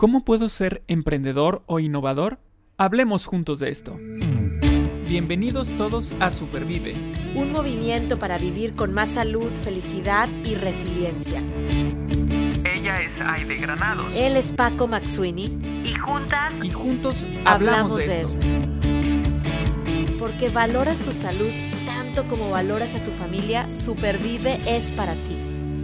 ¿Cómo puedo ser emprendedor o innovador? Hablemos juntos de esto. Bienvenidos todos a Supervive. Un movimiento para vivir con más salud, felicidad y resiliencia. Ella es Aide Granados. Él es Paco Maxuini. Y juntos hablamos de esto. Porque valoras tu salud tanto como valoras a tu familia, Supervive es para ti.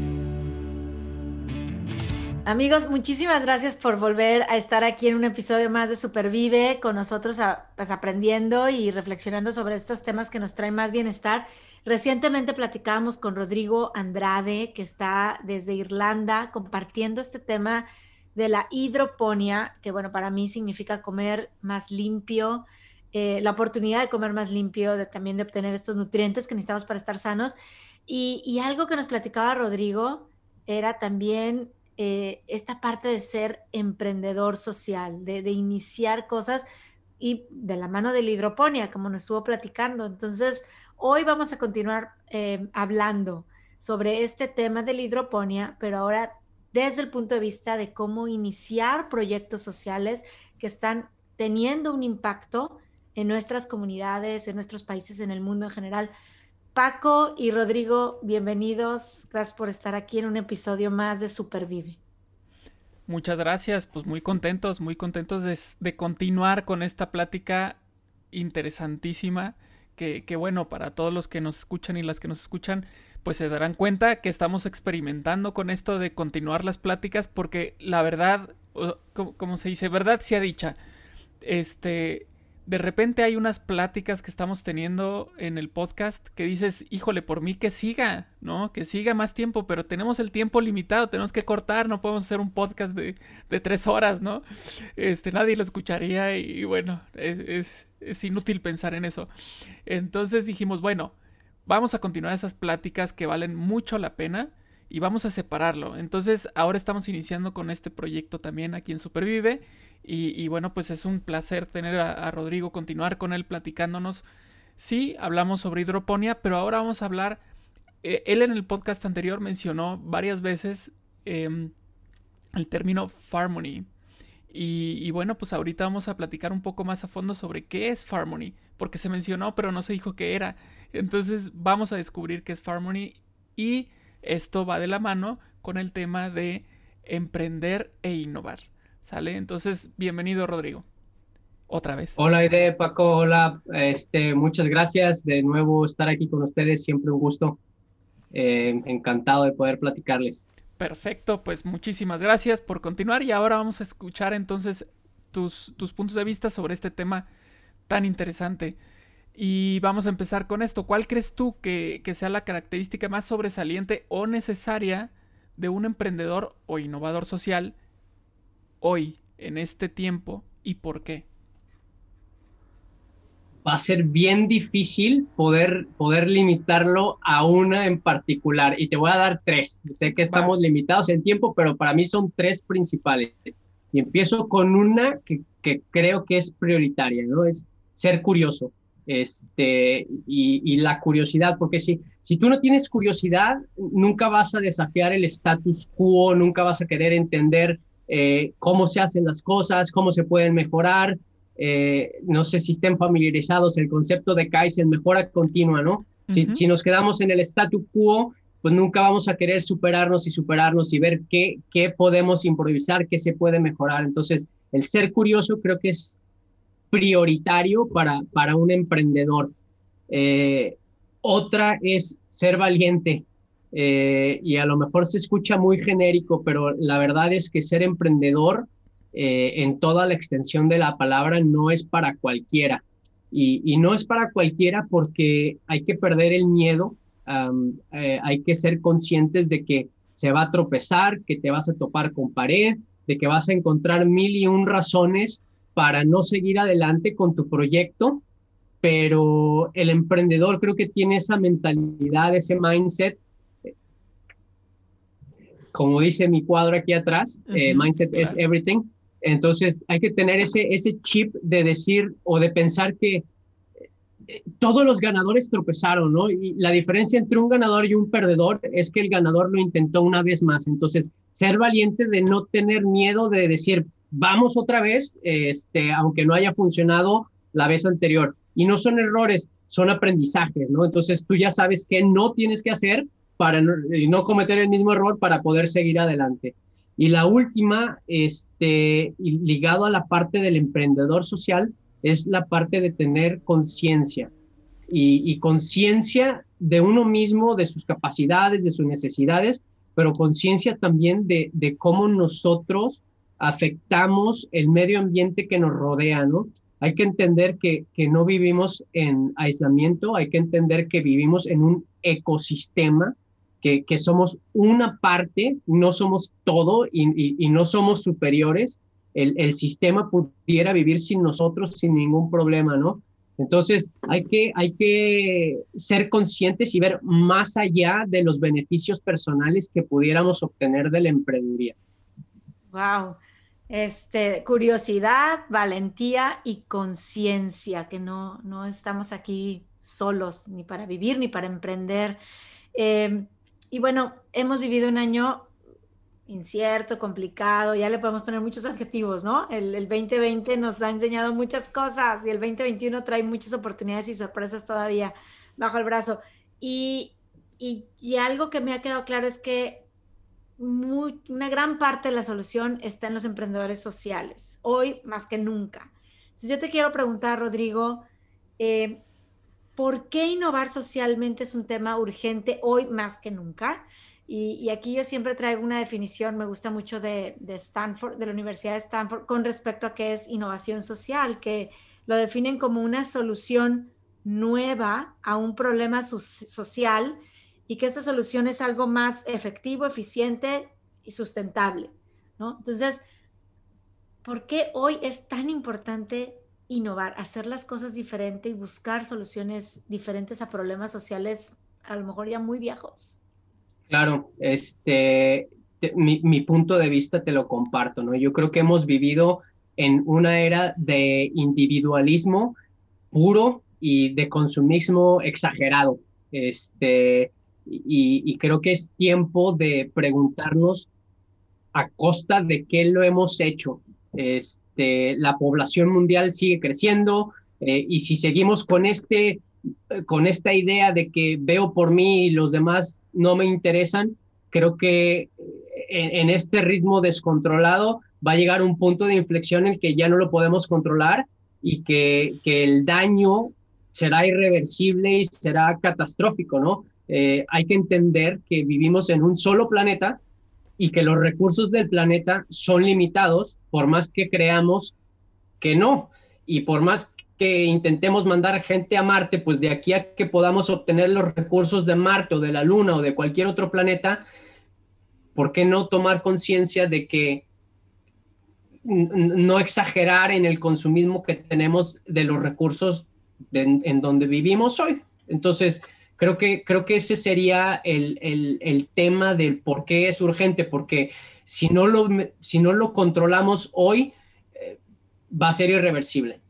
Amigos, muchísimas gracias por volver a estar aquí en un episodio más de Supervive con nosotros, pues aprendiendo y reflexionando sobre estos temas que nos traen más bienestar. Recientemente platicábamos con Rodrigo Andrade, que está desde Irlanda, compartiendo este tema de la hidroponía, que bueno, para mí significa comer más limpio, la oportunidad de comer más limpio, también de obtener estos nutrientes que necesitamos para estar sanos. Y algo que nos platicaba Rodrigo era también esta parte de ser emprendedor social, de iniciar cosas y de la mano de la hidroponía, como nos estuvo platicando. Entonces, hoy vamos a continuar hablando sobre este tema de la hidroponía, pero ahora desde el punto de vista de cómo iniciar proyectos sociales que están teniendo un impacto en nuestras comunidades, en nuestros países, en el mundo en general. Paco y Rodrigo, bienvenidos. Gracias por estar aquí en un episodio más de Supervive. Muchas gracias, pues muy contentos de continuar con esta plática interesantísima que bueno, para todos los que nos escuchan y las que nos escuchan, pues se darán cuenta que estamos experimentando con esto de continuar las pláticas porque la verdad, como se dice, verdad sea dicha, de repente hay unas pláticas que estamos teniendo en el podcast que dices, híjole, por mí que siga, ¿no? Que siga más tiempo, pero tenemos el tiempo limitado, tenemos que cortar, no podemos hacer un podcast de 3 horas, ¿no? Nadie lo escucharía y bueno, es inútil pensar en eso. Entonces dijimos, bueno, vamos a continuar esas pláticas que valen mucho la pena y vamos a separarlo. Entonces ahora estamos iniciando con este proyecto también aquí en Supervive. Y bueno, pues es un placer tener a Rodrigo, continuar con él platicándonos. Sí, hablamos sobre hidroponía, pero ahora vamos a hablar, él en el podcast anterior mencionó varias veces el término Farmony. Y bueno, pues ahorita vamos a platicar un poco más a fondo sobre qué es Farmony, porque se mencionó, pero no se dijo qué era. Entonces vamos a descubrir qué es Farmony y esto va de la mano con el tema de emprender e innovar. ¿Sale? Entonces, bienvenido, Rodrigo. Otra vez. Hola, Aide, Paco, hola. Muchas gracias de nuevo estar aquí con ustedes. Siempre un gusto. Encantado de poder platicarles. Perfecto, pues muchísimas gracias por continuar y ahora vamos a escuchar entonces tus puntos de vista sobre este tema tan interesante. Y vamos a empezar con esto. ¿Cuál crees tú que sea la característica más sobresaliente o necesaria de un emprendedor o innovador social hoy, en este tiempo, y por qué? Va a ser bien difícil poder limitarlo a una en particular. Y te voy a dar 3. Sé que estamos limitados en tiempo, pero para mí son 3 principales. Y empiezo con una que creo que es prioritaria, ¿no? Es ser curioso. Y la curiosidad, porque si tú no tienes curiosidad, nunca vas a desafiar el status quo, nunca vas a querer entender cómo se hacen las cosas, cómo se pueden mejorar. No sé si estén familiarizados el concepto de Kaizen, mejora continua, ¿no? Uh-huh. Si nos quedamos en el status quo, pues nunca vamos a querer superarnos y ver qué podemos improvisar, qué se puede mejorar. Entonces, el ser curioso creo que es prioritario para un emprendedor. Otra es ser valiente. Y a lo mejor se escucha muy genérico, pero la verdad es que ser emprendedor en toda la extensión de la palabra no es para cualquiera. Y no es para cualquiera porque hay que perder el miedo, hay que ser conscientes de que se va a tropezar, que te vas a topar con pared, de que vas a encontrar 1001 razones para no seguir adelante con tu proyecto, pero el emprendedor creo que tiene esa mentalidad, ese mindset. Como dice mi cuadro aquí atrás, mindset is everything. Entonces hay que tener ese chip de decir o de pensar que todos los ganadores tropezaron, ¿no? Y la diferencia entre un ganador y un perdedor es que el ganador lo intentó una vez más. Entonces, ser valiente de no tener miedo de decir, vamos otra vez, aunque no haya funcionado la vez anterior. Y no son errores, son aprendizajes, ¿no? Entonces tú ya sabes qué no tienes que hacer para no cometer el mismo error para poder seguir adelante. Y la última, ligado a la parte del emprendedor social, es la parte de tener conciencia y conciencia de uno mismo, de sus capacidades, de sus necesidades, pero conciencia también de cómo nosotros afectamos el medio ambiente que nos rodea, ¿no? Hay que entender que no vivimos en aislamiento, hay que entender que vivimos en un ecosistema, que somos una parte, no somos todo y no somos superiores. El sistema pudiera vivir sin nosotros sin ningún problema, ¿no? Entonces, hay que ser conscientes y ver más allá de los beneficios personales que pudiéramos obtener de la emprendeduría. Wow. Curiosidad, valentía y conciencia, que no estamos aquí solos ni para vivir ni para emprender. Y bueno, hemos vivido un año incierto, complicado, ya le podemos poner muchos adjetivos, ¿no? El 2020 nos ha enseñado muchas cosas y el 2021 trae muchas oportunidades y sorpresas todavía bajo el brazo. Y, y algo que me ha quedado claro es que una gran parte de la solución está en los emprendedores sociales, hoy más que nunca. Entonces yo te quiero preguntar, Rodrigo, eh, ¿por qué innovar socialmente es un tema urgente hoy más que nunca? Y aquí yo siempre traigo una definición, me gusta mucho de Stanford, de la Universidad de Stanford, con respecto a qué es innovación social, que lo definen como una solución nueva a un problema social y que esta solución es algo más efectivo, eficiente y sustentable, ¿no? Entonces, ¿por qué hoy es tan importante innovar, hacer las cosas diferente y buscar soluciones diferentes a problemas sociales a lo mejor ya muy viejos? Claro, mi punto de vista te lo comparto, ¿no? Yo creo que hemos vivido en una era de individualismo puro y de consumismo exagerado. Y creo que es tiempo de preguntarnos a costa de qué lo hemos hecho. La población mundial sigue creciendo, y si seguimos con esta idea de que veo por mí y los demás no me interesan, creo que en este ritmo descontrolado va a llegar un punto de inflexión en el que ya no lo podemos controlar y que el daño será irreversible y será catastrófico, ¿no? Hay que entender que vivimos en un solo planeta y que los recursos del planeta son limitados, por más que creamos que no, y por más que intentemos mandar gente a Marte, pues de aquí a que podamos obtener los recursos de Marte o de la Luna o de cualquier otro planeta, ¿por qué no tomar conciencia de que no exagerar en el consumismo que tenemos de los recursos en donde vivimos hoy? Entonces, creo que ese sería el tema del por qué es urgente, porque si no lo controlamos hoy, va a ser irreversible.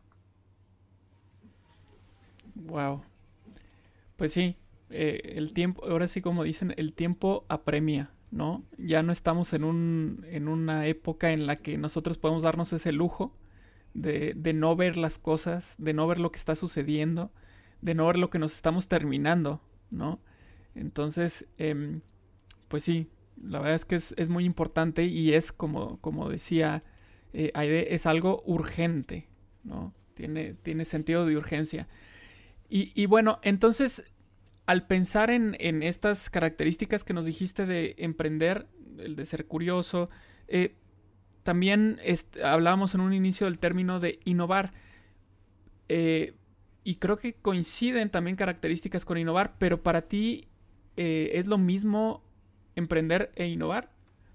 Wow. Pues sí, el tiempo, ahora sí como dicen, el tiempo apremia, ¿no? Ya no estamos en una época en la que nosotros podemos darnos ese lujo de no ver las cosas, de no ver lo que está sucediendo, de no ver lo que nos estamos terminando, ¿no? Entonces, pues sí, la verdad es que es muy importante y es como decía Aide, es algo urgente, ¿no? Tiene sentido de urgencia. Y bueno, entonces, al pensar en estas características que nos dijiste de emprender, el de ser curioso, también hablábamos en un inicio del término de innovar. Y creo que coinciden también características con innovar, pero para ti ¿es lo mismo emprender e innovar?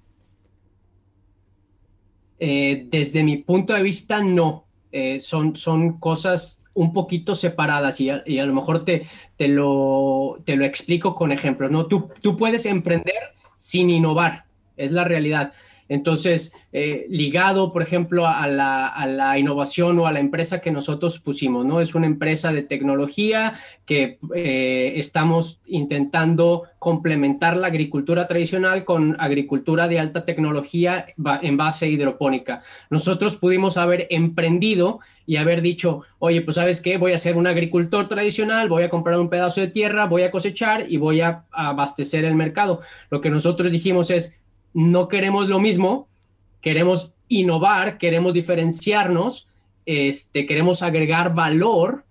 Desde mi punto de vista, no. Son cosas un poquito separadas y a lo mejor te lo explico con ejemplos, ¿no? Tú puedes emprender sin innovar, es la realidad. Entonces, ligado, por ejemplo, a la innovación o a la empresa que nosotros pusimos, ¿no? Es una empresa de tecnología que estamos intentando complementar la agricultura tradicional con agricultura de alta tecnología en base hidropónica. Nosotros pudimos haber emprendido y haber dicho, oye, pues ¿sabes qué? Voy a ser un agricultor tradicional, voy a comprar un pedazo de tierra, voy a cosechar y voy a abastecer el mercado. Lo que nosotros dijimos es, no queremos lo mismo, queremos innovar, queremos diferenciarnos, queremos agregar valor,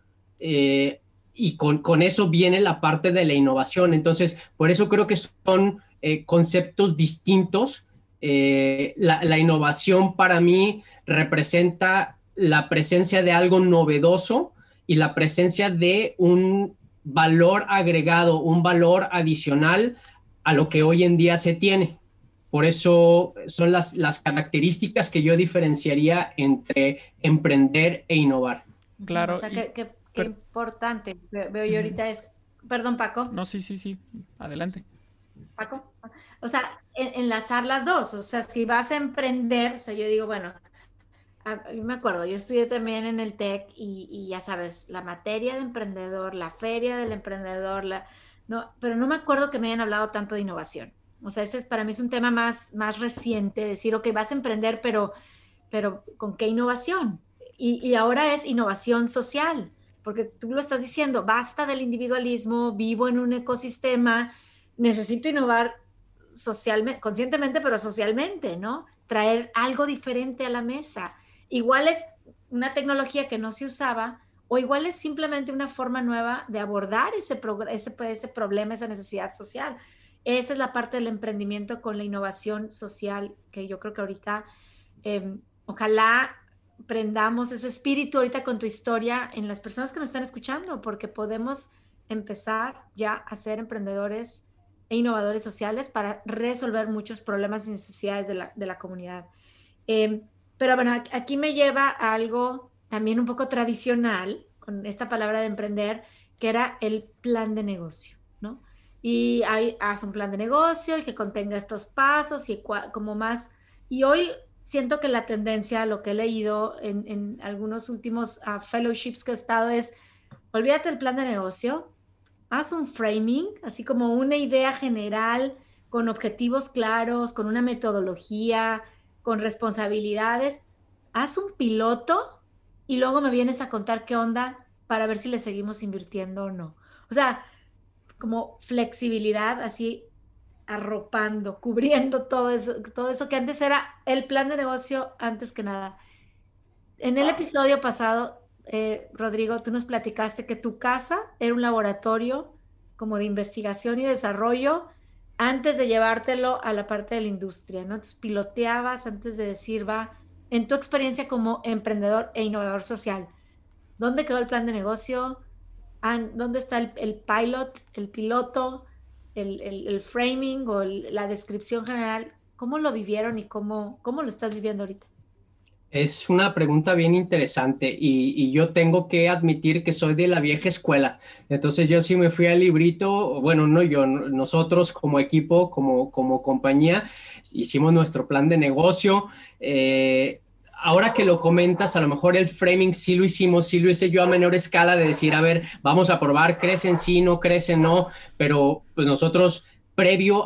y con eso viene la parte de la innovación. Entonces, por eso creo que son conceptos distintos. La innovación para mí representa la presencia de algo novedoso y la presencia de un valor agregado, un valor adicional a lo que hoy en día se tiene. Por eso son las características que yo diferenciaría entre emprender e innovar. Claro. O sea, qué importante. Veo yo ahorita es... Perdón, Paco. No, sí. Adelante. Paco. O sea, enlazar las dos. O sea, si vas a emprender, o sea, yo digo, bueno, yo me acuerdo, yo estudié también en el TEC y ya sabes, la materia de emprendedor, la feria del emprendedor, no, pero no me acuerdo que me hayan hablado tanto de innovación. O sea, para mí es un tema más reciente, decir, ok, vas a emprender, pero ¿con qué innovación? Y ahora es innovación social, porque tú lo estás diciendo, basta del individualismo, vivo en un ecosistema, necesito innovar socialmente, conscientemente, pero socialmente, ¿no? Traer algo diferente a la mesa. Igual es una tecnología que no se usaba, o igual es simplemente una forma nueva de abordar ese problema, esa necesidad social. Esa es la parte del emprendimiento con la innovación social, que yo creo que ahorita, ojalá prendamos ese espíritu ahorita con tu historia en las personas que nos están escuchando, porque podemos empezar ya a ser emprendedores e innovadores sociales para resolver muchos problemas y necesidades de la comunidad. Pero bueno, aquí me lleva a algo también un poco tradicional, con esta palabra de emprender, que era el plan de negocio, ¿no? Y haz un plan de negocio y que contenga estos pasos y como más... Y hoy siento que la tendencia, lo que he leído en algunos últimos fellowships que he estado es, olvídate del plan de negocio, haz un framing, así como una idea general, con objetivos claros, con una metodología, con responsabilidades, haz un piloto y luego me vienes a contar qué onda para ver si le seguimos invirtiendo o no. O sea, como flexibilidad, así arropando, cubriendo todo eso que antes era el plan de negocio antes que nada. En el episodio pasado, Rodrigo, tú nos platicaste que tu casa era un laboratorio como de investigación y desarrollo antes de llevártelo a la parte de la industria, ¿no? Entonces piloteabas antes de decir, va, en tu experiencia como emprendedor e innovador social, ¿dónde quedó el plan de negocio? ¿Dónde está el pilot, el piloto, el framing o la descripción general? ¿Cómo lo vivieron y cómo lo estás viviendo ahorita? Es una pregunta bien interesante y yo tengo que admitir que soy de la vieja escuela. Entonces yo sí me fui al librito, bueno, no yo, nosotros como equipo, como compañía, hicimos nuestro plan de negocio. Ahora que lo comentas, a lo mejor el framing sí lo hicimos, sí lo hice yo a menor escala de decir, a ver, vamos a probar, crecen sí, no crecen no, pero pues nosotros previo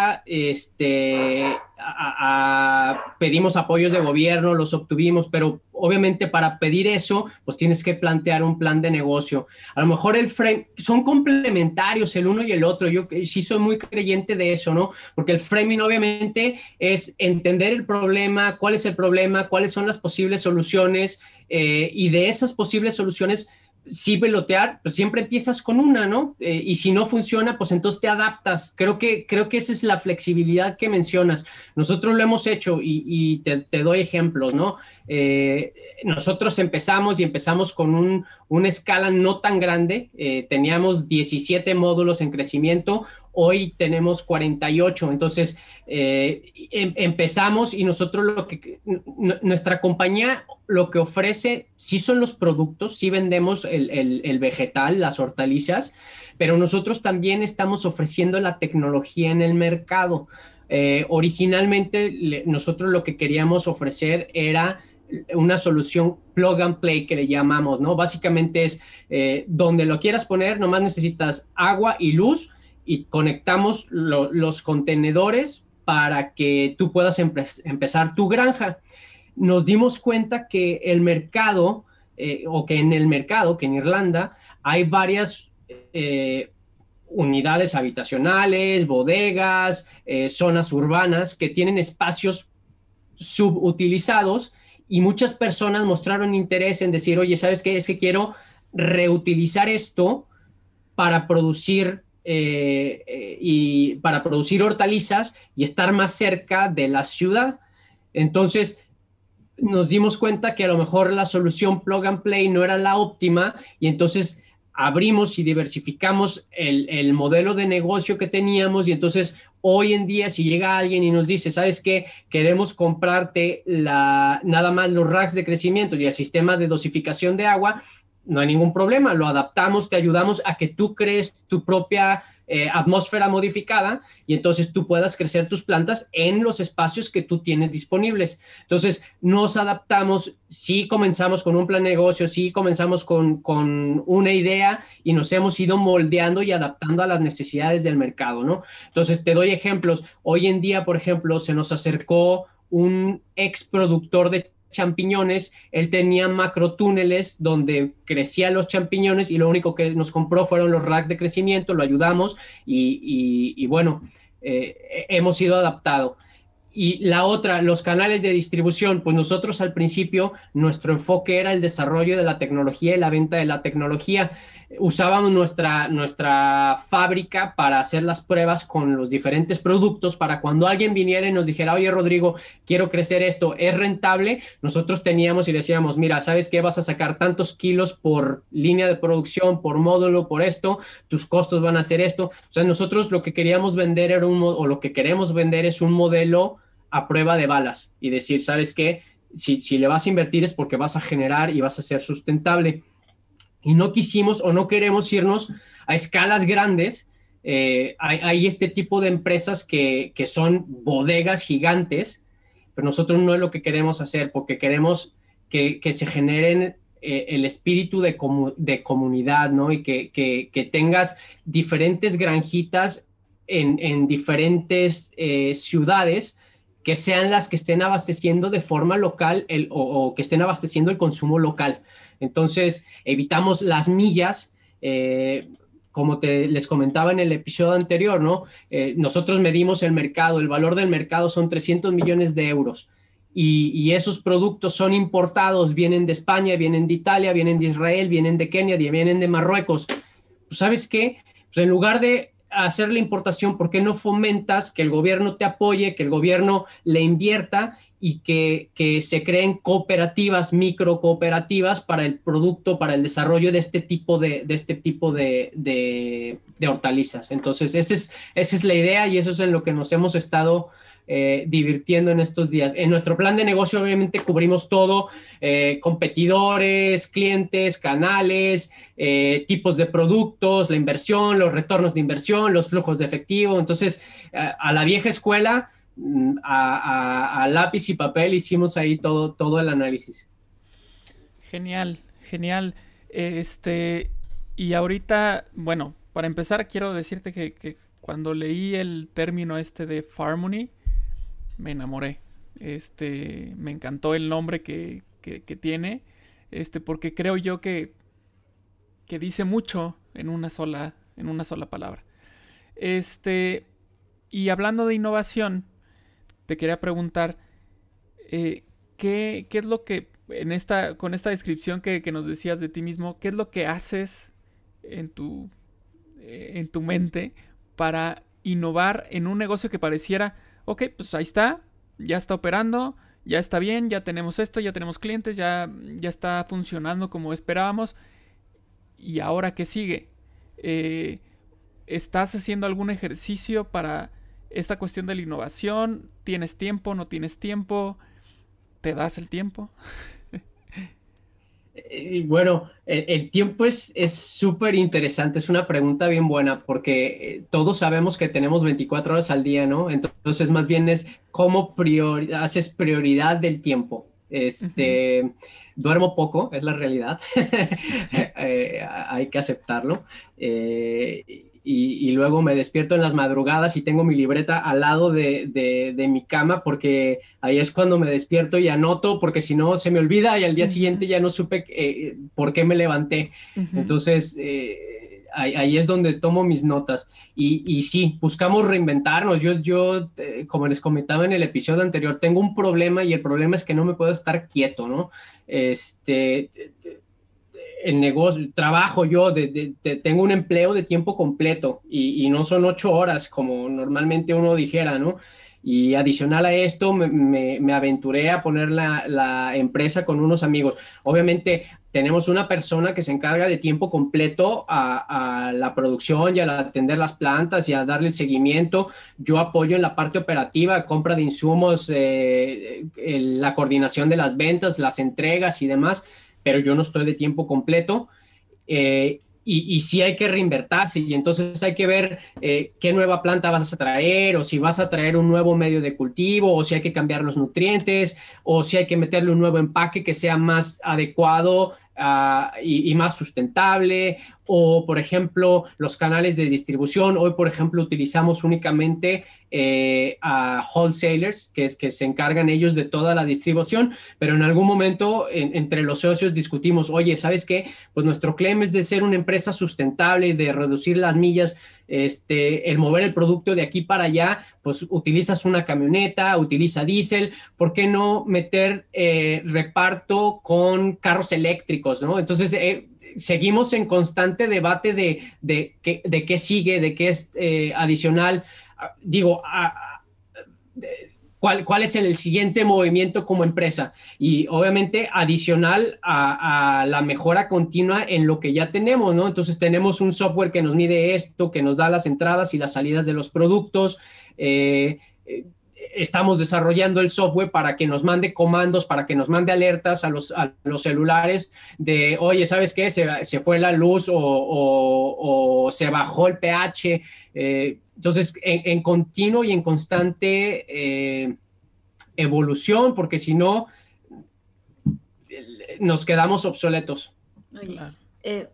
pedimos apoyos de gobierno, los obtuvimos, pero obviamente para pedir eso, pues tienes que plantear un plan de negocio. A lo mejor el frame, son complementarios el uno y el otro, yo sí soy muy creyente de eso, ¿no? Porque el framing obviamente es entender el problema, cuál es el problema, cuáles son las posibles soluciones, y de esas posibles soluciones, sí pilotear, pues siempre empiezas con una, ¿no? Y si no funciona, pues entonces te adaptas. Creo que esa es la flexibilidad que mencionas. Nosotros lo hemos hecho y te doy ejemplos, ¿no? Nosotros empezamos con una escala no tan grande. Teníamos 17 módulos en crecimiento. Hoy tenemos 48. Entonces, empezamos y nosotros nuestra compañía lo que ofrece sí son los productos, sí vendemos el vegetal, las hortalizas, pero nosotros también estamos ofreciendo la tecnología en el mercado. originalmente nosotros lo que queríamos ofrecer era una solución plug and play que le llamamos, ¿no? Básicamente es donde lo quieras poner, nomás necesitas agua y luz y conectamos los contenedores para que tú puedas empezar tu granja. Nos dimos cuenta que el mercado, o que en el mercado, que en Irlanda, hay varias unidades habitacionales, bodegas, zonas urbanas que tienen espacios subutilizados y muchas personas mostraron interés en decir, oye, ¿sabes qué? Es que quiero reutilizar esto para producir y para producir hortalizas y estar más cerca de la ciudad. Entonces nos dimos cuenta que a lo mejor la solución plug and play no era la óptima y entonces abrimos y diversificamos el modelo de negocio que teníamos y entonces hoy en día si llega alguien y nos dice, ¿sabes qué? Queremos comprarte nada más los racks de crecimiento y el sistema de dosificación de agua, no hay ningún problema, lo adaptamos, te ayudamos a que tú crees tu propia atmósfera modificada y entonces tú puedas crecer tus plantas en los espacios que tú tienes disponibles. Entonces nos adaptamos, sí comenzamos con un plan de negocio, sí comenzamos con una idea y nos hemos ido moldeando y adaptando a las necesidades del mercado, ¿no? Entonces te doy ejemplos. Hoy en día, por ejemplo, se nos acercó un ex productor de champiñones, él tenía macrotúneles donde crecían los champiñones y lo único que nos compró fueron los racks de crecimiento, lo ayudamos y bueno, hemos ido adaptado. Y la otra, los canales de distribución, pues nosotros al principio nuestro enfoque era el desarrollo de la tecnología y la venta de la tecnología. Usábamos nuestra fábrica para hacer las pruebas con los diferentes productos para cuando alguien viniera y nos dijera, oye Rodrigo, quiero crecer esto, ¿es rentable? Nosotros teníamos y decíamos, mira, ¿sabes qué? Vas a sacar tantos kilos por línea de producción, por módulo, por esto, tus costos van a ser esto. O sea, nosotros lo que queríamos vender era o lo que queremos vender es un modelo a prueba de balas y decir, ¿sabes qué? Si le vas a invertir es porque vas a generar y vas a ser sustentable. Y no quisimos o no queremos irnos a escalas grandes. Hay este tipo de empresas que son bodegas gigantes, pero nosotros no es lo que queremos hacer porque queremos que se generen el espíritu de comunidad, ¿no? Y que tengas diferentes granjitas en diferentes ciudades que sean las que estén abasteciendo de forma local o que estén abasteciendo el consumo local. Entonces, evitamos las millas, como les comentaba en el episodio anterior, ¿no? Nosotros medimos el mercado, el valor del mercado son 300 millones de euros y esos productos son importados, vienen de España, vienen de Italia, vienen de Israel, vienen de Kenia, vienen de Marruecos. Pues, ¿sabes qué? Pues en lugar de hacer la importación, ¿por qué no fomentas que el gobierno te apoye, que el gobierno le invierta y que se creen cooperativas, microcooperativas para el producto, para el desarrollo de este tipo de hortalizas? Entonces, esa es la idea y eso es en lo que nos hemos estado divirtiendo en estos días. En nuestro plan de negocio obviamente cubrimos todo, competidores, clientes, canales, tipos de productos, la inversión, los retornos de inversión, los flujos de efectivo. Entonces, a la vieja escuela, a lápiz y papel hicimos ahí todo el análisis. Genial, genial. Y ahorita, bueno, para empezar quiero decirte que cuando leí el término de Farmony, me enamoré. Me encantó el nombre que tiene, porque creo yo que dice mucho en una sola palabra. Y hablando de innovación, te quería preguntar, ¿qué es lo que con esta descripción que nos decías de ti mismo, qué es lo que haces en tu mente para innovar en un negocio que pareciera, ok, pues ahí está, ya está operando, ya está bien, ya tenemos esto, ya tenemos clientes, ya está funcionando como esperábamos, y ahora qué sigue? ¿Estás haciendo algún ejercicio para esta cuestión de la innovación? ¿Tienes tiempo? ¿No tienes tiempo? ¿Te das el tiempo? Bueno, el tiempo es súper interesante, es una pregunta bien buena porque todos sabemos que tenemos 24 horas al día, ¿no? Entonces, más bien es cómo haces prioridad del tiempo. Ujú. Duermo poco, es la realidad. Hay que aceptarlo. Y luego me despierto en las madrugadas y tengo mi libreta al lado de mi cama porque ahí es cuando me despierto y anoto, porque si no se me olvida y al día Ujú. siguiente ya no supe por qué me levanté. Ujú. Entonces, ahí es donde tomo mis notas. Y sí, buscamos reinventarnos. Como les comentaba en el episodio anterior, tengo un problema y el problema es que no me puedo estar quieto, ¿no? Este, el negocio, trabajo yo, tengo un empleo de tiempo completo y no son 8 horas como normalmente uno dijera, ¿no? Y adicional a esto, me aventuré a poner la empresa con unos amigos. Obviamente, tenemos una persona que se encarga de tiempo completo a la producción y a atender las plantas y a darle el seguimiento. Yo apoyo en la parte operativa, compra de insumos, la coordinación de las ventas, las entregas y demás, pero yo no estoy de tiempo completo. Y sí hay que reinvertirse y entonces hay que ver qué nueva planta vas a traer o si vas a traer un nuevo medio de cultivo o si hay que cambiar los nutrientes o si hay que meterle un nuevo empaque que sea más adecuado y más sustentable o, por ejemplo, los canales de distribución. Hoy, por ejemplo, utilizamos únicamente a wholesalers que se encargan ellos de toda la distribución, pero en algún momento entre los socios discutimos, oye, ¿sabes qué? Pues nuestro claim es de ser una empresa sustentable y de reducir las millas, el mover el producto de aquí para allá, pues utilizas una camioneta, utiliza diésel, ¿por qué no meter reparto con carros eléctricos, ¿no? Entonces, seguimos en constante debate de qué sigue, de qué es adicional. Digo, cuál es el siguiente movimiento como empresa y obviamente adicional a la mejora continua en lo que ya tenemos, ¿no? Entonces tenemos un software que nos mide esto, que nos da las entradas y las salidas de los productos. Eh, Estamos desarrollando el software para que nos mande comandos, para que nos mande alertas a los celulares de, oye, ¿sabes qué? Se fue la luz o se bajó el pH. Entonces, en continuo y en constante evolución, porque si no, nos quedamos obsoletos. Oye, Claro.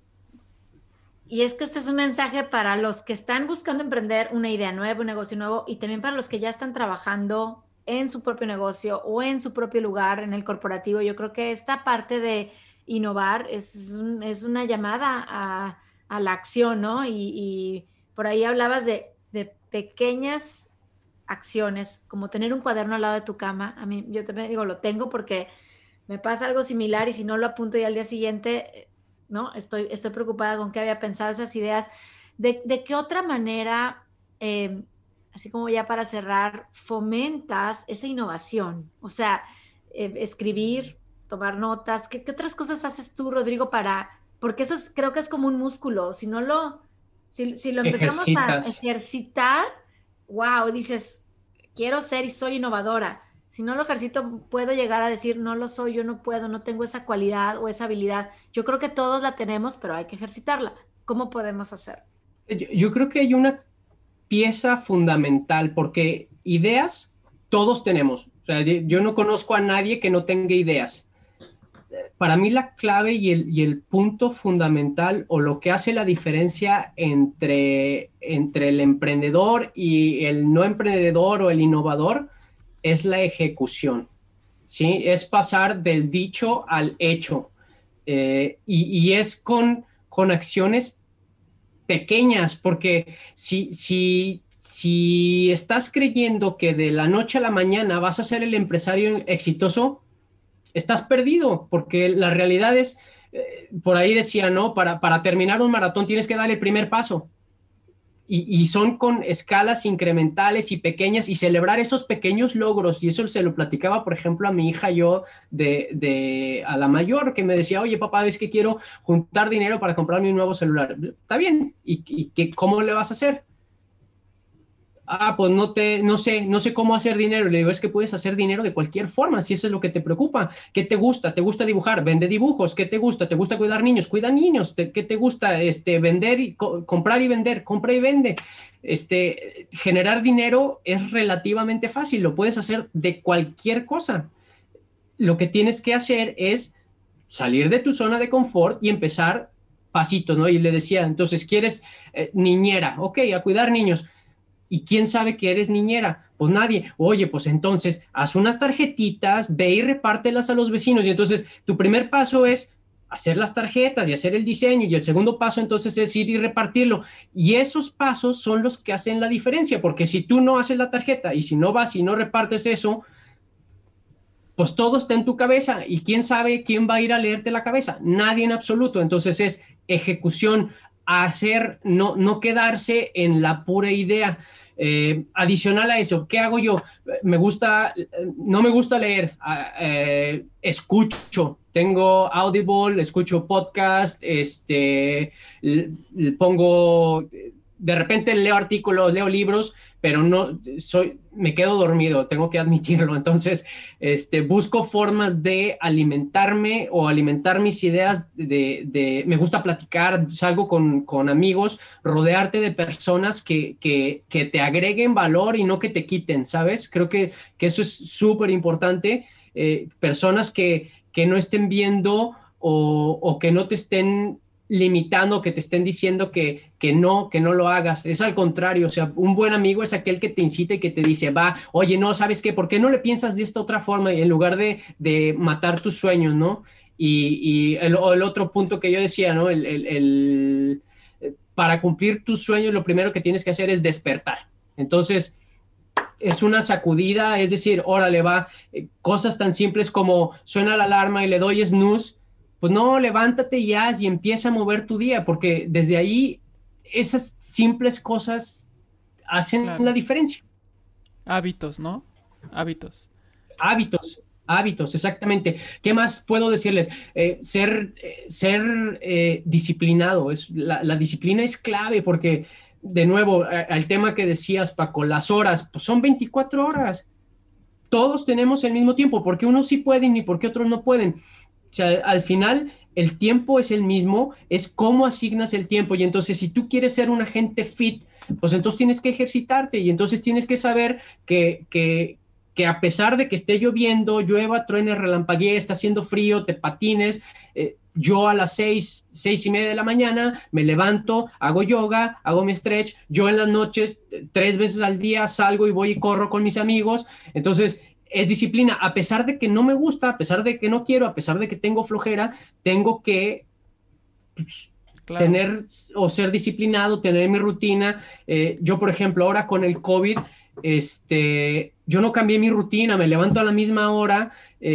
y es que este es un mensaje para los que están buscando emprender una idea nueva, un negocio nuevo, y también para los que ya están trabajando en su propio negocio o en su propio lugar, en el corporativo. Yo creo que esta parte de innovar es una llamada a la acción, ¿no? Y por ahí hablabas de pequeñas acciones, como tener un cuaderno al lado de tu cama. A mí, yo también digo, lo tengo porque me pasa algo similar y si no lo apunto ya al día siguiente, ¿no? Estoy preocupada con qué había pensado esas ideas. ¿De qué otra manera, así como ya para cerrar, fomentas esa innovación? O sea, escribir, tomar notas. ¿Qué otras cosas haces tú, Rodrigo, porque creo que es como un músculo. Si lo empezamos a Ejercitas. ejercitar, wow, dices, quiero ser y soy innovadora. Si no lo ejercito, puedo llegar a decir, no lo soy, yo no puedo, no tengo esa cualidad o esa habilidad. Yo creo que todos la tenemos, pero hay que ejercitarla. ¿Cómo podemos hacer? Yo creo que hay una pieza fundamental porque ideas todos tenemos. O sea, yo no conozco a nadie que no tenga ideas. Para mí la clave y el punto fundamental o lo que hace la diferencia entre el emprendedor y el no emprendedor o el innovador es la ejecución, ¿sí? Es pasar del dicho al hecho. Y es con acciones pequeñas, porque si estás creyendo que de la noche a la mañana vas a ser el empresario exitoso, estás perdido, porque la realidad es, por ahí decía, ¿no? Para terminar un maratón tienes que dar el primer paso. Y son con escalas incrementales y pequeñas y celebrar esos pequeños logros. Y eso se lo platicaba, por ejemplo, a mi hija yo a la mayor, que me decía, oye, papá, es que quiero juntar dinero para comprarme un nuevo celular. Está bien. ¿Y cómo le vas a hacer? Pues no sé cómo hacer dinero. Le digo, es que puedes hacer dinero de cualquier forma, si eso es lo que te preocupa. ¿Qué te gusta? ¿Te gusta dibujar? Vende dibujos. ¿Qué te gusta? ¿Te gusta cuidar niños? Cuida niños. ¿Qué te gusta? Vender y comprar y vender. Compra y vende. Generar dinero es relativamente fácil. Lo puedes hacer de cualquier cosa. Lo que tienes que hacer es salir de tu zona de confort y empezar pasito, ¿no? Y le decía, entonces, ¿quieres niñera? Ok, a cuidar niños. ¿Y quién sabe que eres niñera? Pues nadie. Oye, pues entonces, haz unas tarjetitas, ve y repártelas a los vecinos. Y entonces, tu primer paso es hacer las tarjetas y hacer el diseño. Y el segundo paso, entonces, es ir y repartirlo. Y esos pasos son los que hacen la diferencia, porque si tú no haces la tarjeta y si no vas y no repartes eso, pues todo está en tu cabeza y quién sabe quién va a ir a leerte la cabeza. Nadie en absoluto. Entonces es ejecución, hacer, no quedarse en la pura idea. Adicional a eso, ¿qué hago yo? No me gusta leer, escucho. Tengo Audible, escucho podcast, pongo, de repente leo artículos, leo libros, pero me quedo dormido, tengo que admitirlo. Entonces, busco formas de alimentarme o alimentar mis ideas me gusta platicar, salgo con amigos, rodearte de personas que te agreguen valor y no que te quiten, ¿sabes? Creo que eso es súper importante. Personas que no estén viendo o que no te estén limitando, que te estén diciendo que no lo hagas. Es al contrario, o sea, un buen amigo es aquel que te incita y que te dice, va, oye, no, ¿sabes qué? ¿Por qué no le piensas de esta otra forma? Y en lugar de matar tus sueños, ¿no? Y el otro punto que yo decía, ¿no? Para cumplir tus sueños, lo primero que tienes que hacer es despertar. Entonces, es una sacudida, es decir, órale, va, cosas tan simples como suena la alarma y le doy snooze, pues no, levántate y haz y empieza a mover tu día, porque desde ahí esas simples cosas hacen Claro. la diferencia. Hábitos, ¿no? Hábitos. Hábitos, exactamente. ¿Qué más puedo decirles? Ser disciplinado. La disciplina es clave porque, de nuevo, al tema que decías, Paco, las horas, pues son 24 horas. Todos tenemos el mismo tiempo, porque unos sí pueden y porque otros no pueden. O sea, al final el tiempo es el mismo, es cómo asignas el tiempo. Y entonces, si tú quieres ser un agente fit, pues entonces tienes que ejercitarte y entonces tienes que saber que a pesar de que esté lloviendo, llueva, truene, relampaguee, está haciendo frío, te patines, yo a las 6:30 de la mañana me levanto, hago yoga, hago mi stretch, yo en las noches 3 veces al día salgo y voy y corro con mis amigos. Entonces, es disciplina, a pesar de que no me gusta, a pesar de que no quiero, a pesar de que tengo flojera, tengo que Claro. tener o ser disciplinado, tener mi rutina. Yo, por ejemplo, ahora con el COVID, yo no cambié mi rutina, me levanto a la misma hora,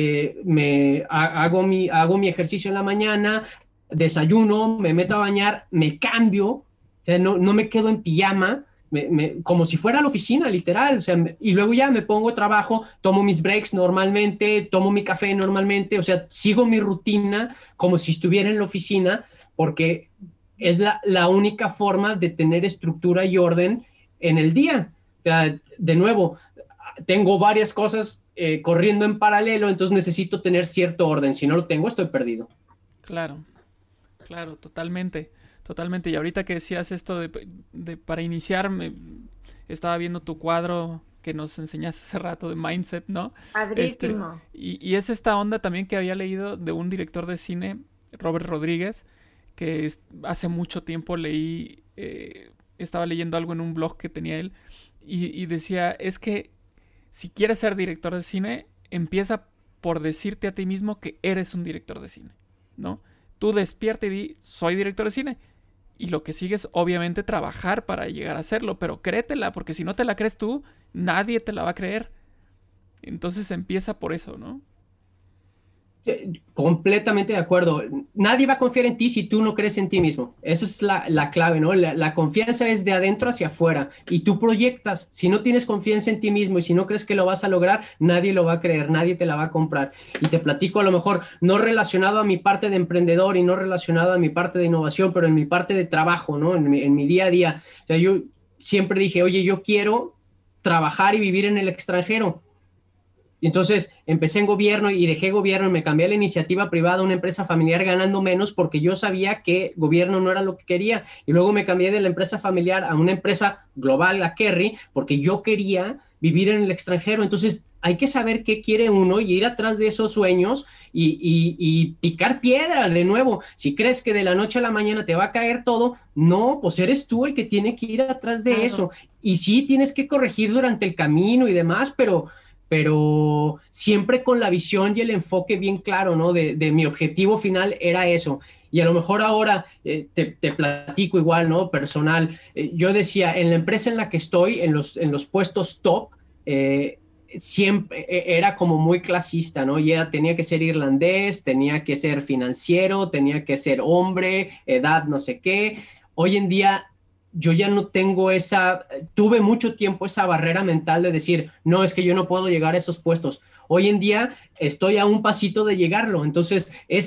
hago mi ejercicio en la mañana, desayuno, me meto a bañar, me cambio, o sea, no me quedo en pijama, como si fuera a la oficina, literal, o sea, y luego ya me pongo a trabajo, tomo mis breaks normalmente, tomo mi café normalmente, o sea, sigo mi rutina como si estuviera en la oficina, porque es la única forma de tener estructura y orden en el día. O sea, de nuevo, tengo varias cosas corriendo en paralelo, entonces necesito tener cierto orden. Si no lo tengo, estoy perdido. Claro, claro, totalmente, totalmente. Y ahorita que decías esto de para iniciar, estaba viendo tu cuadro que nos enseñaste hace rato de mindset, ¿no? Padrísimo. Y es esta onda también que había leído de un director de cine, Robert Rodríguez, que hace mucho tiempo estaba leyendo algo en un blog que tenía él, y decía, es que si quieres ser director de cine, empieza por decirte a ti mismo que eres un director de cine, ¿no? Tú despierta y di, soy director de cine. Y lo que sigue es, obviamente, trabajar para llegar a hacerlo, pero créetela, porque si no te la crees tú, nadie te la va a creer. Entonces empieza por eso, ¿no? Completamente de acuerdo. Nadie va a confiar en ti si tú no crees en ti mismo. Esa es la clave, ¿no? La confianza es de adentro hacia afuera y tú proyectas. Si no tienes confianza en ti mismo y si no crees que lo vas a lograr, nadie lo va a creer, nadie te la va a comprar. Y te platico a lo mejor no relacionado a mi parte de emprendedor y no relacionado a mi parte de innovación, pero en mi parte de trabajo, ¿no? En mi día a día. O sea, yo siempre dije, oye, yo quiero trabajar y vivir en el extranjero. Entonces empecé en gobierno y dejé gobierno y me cambié a la iniciativa privada, una empresa familiar, ganando menos porque yo sabía que gobierno no era lo que quería. Y luego me cambié de la empresa familiar a una empresa global, a Kerry, porque yo quería vivir en el extranjero. Entonces hay que saber qué quiere uno y ir atrás de esos sueños y picar piedra de nuevo. Si crees que de la noche a la mañana te va a caer todo, no, pues eres tú el que tiene que ir atrás de eso. Y sí, tienes que corregir durante el camino y demás, pero siempre con la visión y el enfoque bien claro, ¿no? De mi objetivo final era eso. Y a lo mejor ahora te platico igual, ¿no? Personal. Yo decía, en la empresa en la que estoy, en los puestos top, siempre era como muy clasista, ¿no? Y tenía que ser irlandés, tenía que ser financiero, tenía que ser hombre, edad no sé qué. Hoy en día yo ya no tengo tuve mucho tiempo esa barrera mental de decir, no, es que yo no puedo llegar a esos puestos. Hoy en día estoy a un pasito de llegarlo. Entonces,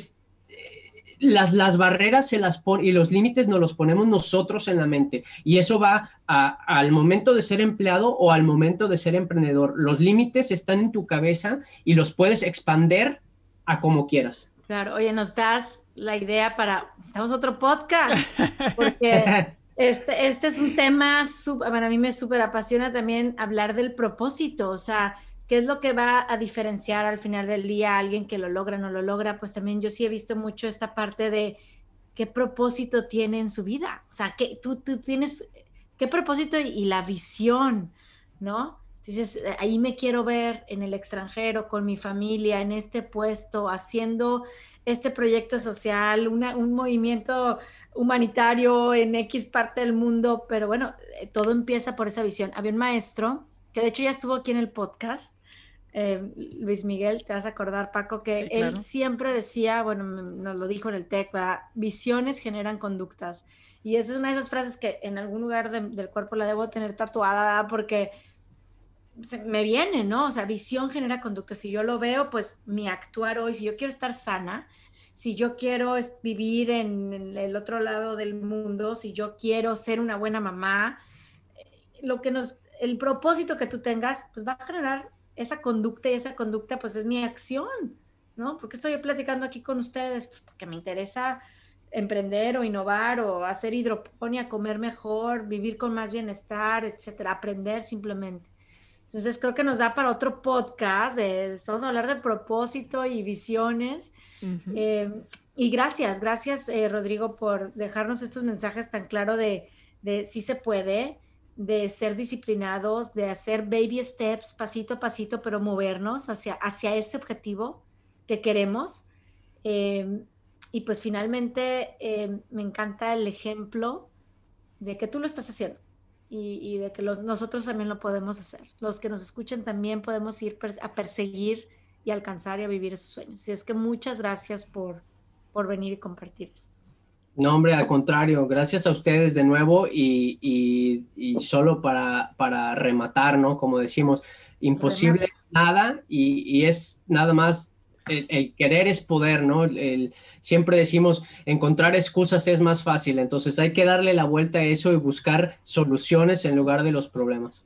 las barreras y los límites nos los ponemos nosotros en la mente. Y eso va al momento de ser empleado o al momento de ser emprendedor. Los límites están en tu cabeza y los puedes expander a como quieras. Claro, oye, nos das la idea necesitamos otro podcast, porque este es un tema, para mí me súper apasiona también hablar del propósito, o sea, qué es lo que va a diferenciar al final del día a alguien que lo logra, no lo logra. Pues también yo sí he visto mucho esta parte de qué propósito tiene en su vida, o sea, que tú tienes, qué propósito y la visión, ¿no? Entonces, ahí me quiero ver en el extranjero, con mi familia, en este puesto, haciendo este proyecto social, un movimiento humanitario en X parte del mundo, pero bueno, todo empieza por esa visión. Había un maestro, que de hecho ya estuvo aquí en el podcast, Luis Miguel, te vas a acordar, Paco, que sí, claro. Él siempre decía, bueno, nos lo dijo en el TEC, ¿verdad? Visiones generan conductas. Y esa es una de esas frases que en algún lugar del cuerpo la debo tener tatuada, ¿verdad? Porque me viene, ¿no? O sea, visión genera conducta. Si yo lo veo, pues mi actuar hoy, si yo quiero estar sana, si yo quiero vivir en el otro lado del mundo, si yo quiero ser una buena mamá, el propósito que tú tengas, pues va a generar esa conducta, y esa conducta pues es mi acción, ¿no? ¿Por qué estoy platicando aquí con ustedes? Porque me interesa emprender o innovar o hacer hidroponía, comer mejor, vivir con más bienestar, etcétera, aprender simplemente. Entonces creo que nos da para otro podcast, vamos a hablar de propósito y visiones. Uh-huh. Y gracias, Rodrigo, por dejarnos estos mensajes tan claros de sí se puede, de ser disciplinados, de hacer baby steps, pasito a pasito, pero movernos hacia ese objetivo que queremos. Y pues finalmente me encanta el ejemplo de que tú lo estás haciendo. Y de que nosotros también lo podemos hacer. Los que nos escuchen también podemos ir a perseguir y alcanzar y a vivir esos sueños. Así es que muchas gracias por venir y compartir esto. No, hombre, al contrario, gracias a ustedes de nuevo y solo para rematar, ¿no? Como decimos, imposible nada y es nada más el querer es poder, ¿no? Siempre decimos, encontrar excusas es más fácil, entonces hay que darle la vuelta a eso y buscar soluciones en lugar de los problemas.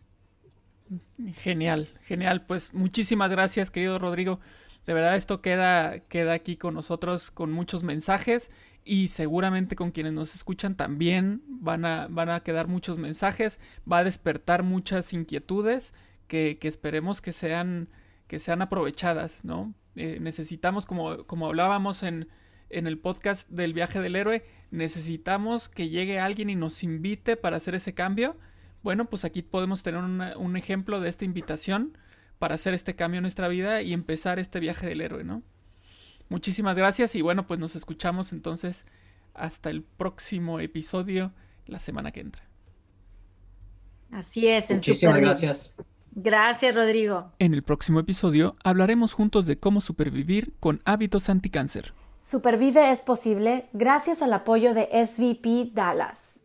Genial, pues muchísimas gracias, querido Rodrigo. De verdad esto queda aquí con nosotros con muchos mensajes y seguramente con quienes nos escuchan también van a quedar muchos mensajes, va a despertar muchas inquietudes que esperemos que sean aprovechadas, ¿no? Necesitamos, como hablábamos en el podcast del viaje del héroe, necesitamos que llegue alguien y nos invite para hacer ese cambio. Bueno, pues aquí podemos tener un ejemplo de esta invitación para hacer este cambio en nuestra vida y empezar este viaje del héroe, ¿no? Muchísimas gracias y bueno, pues nos escuchamos entonces hasta el próximo episodio la semana que entra. Así es. Muchísimas gracias. Gracias, Rodrigo. En el próximo episodio hablaremos juntos de cómo supervivir con hábitos anticáncer. Supervive es posible gracias al apoyo de SVP Dallas.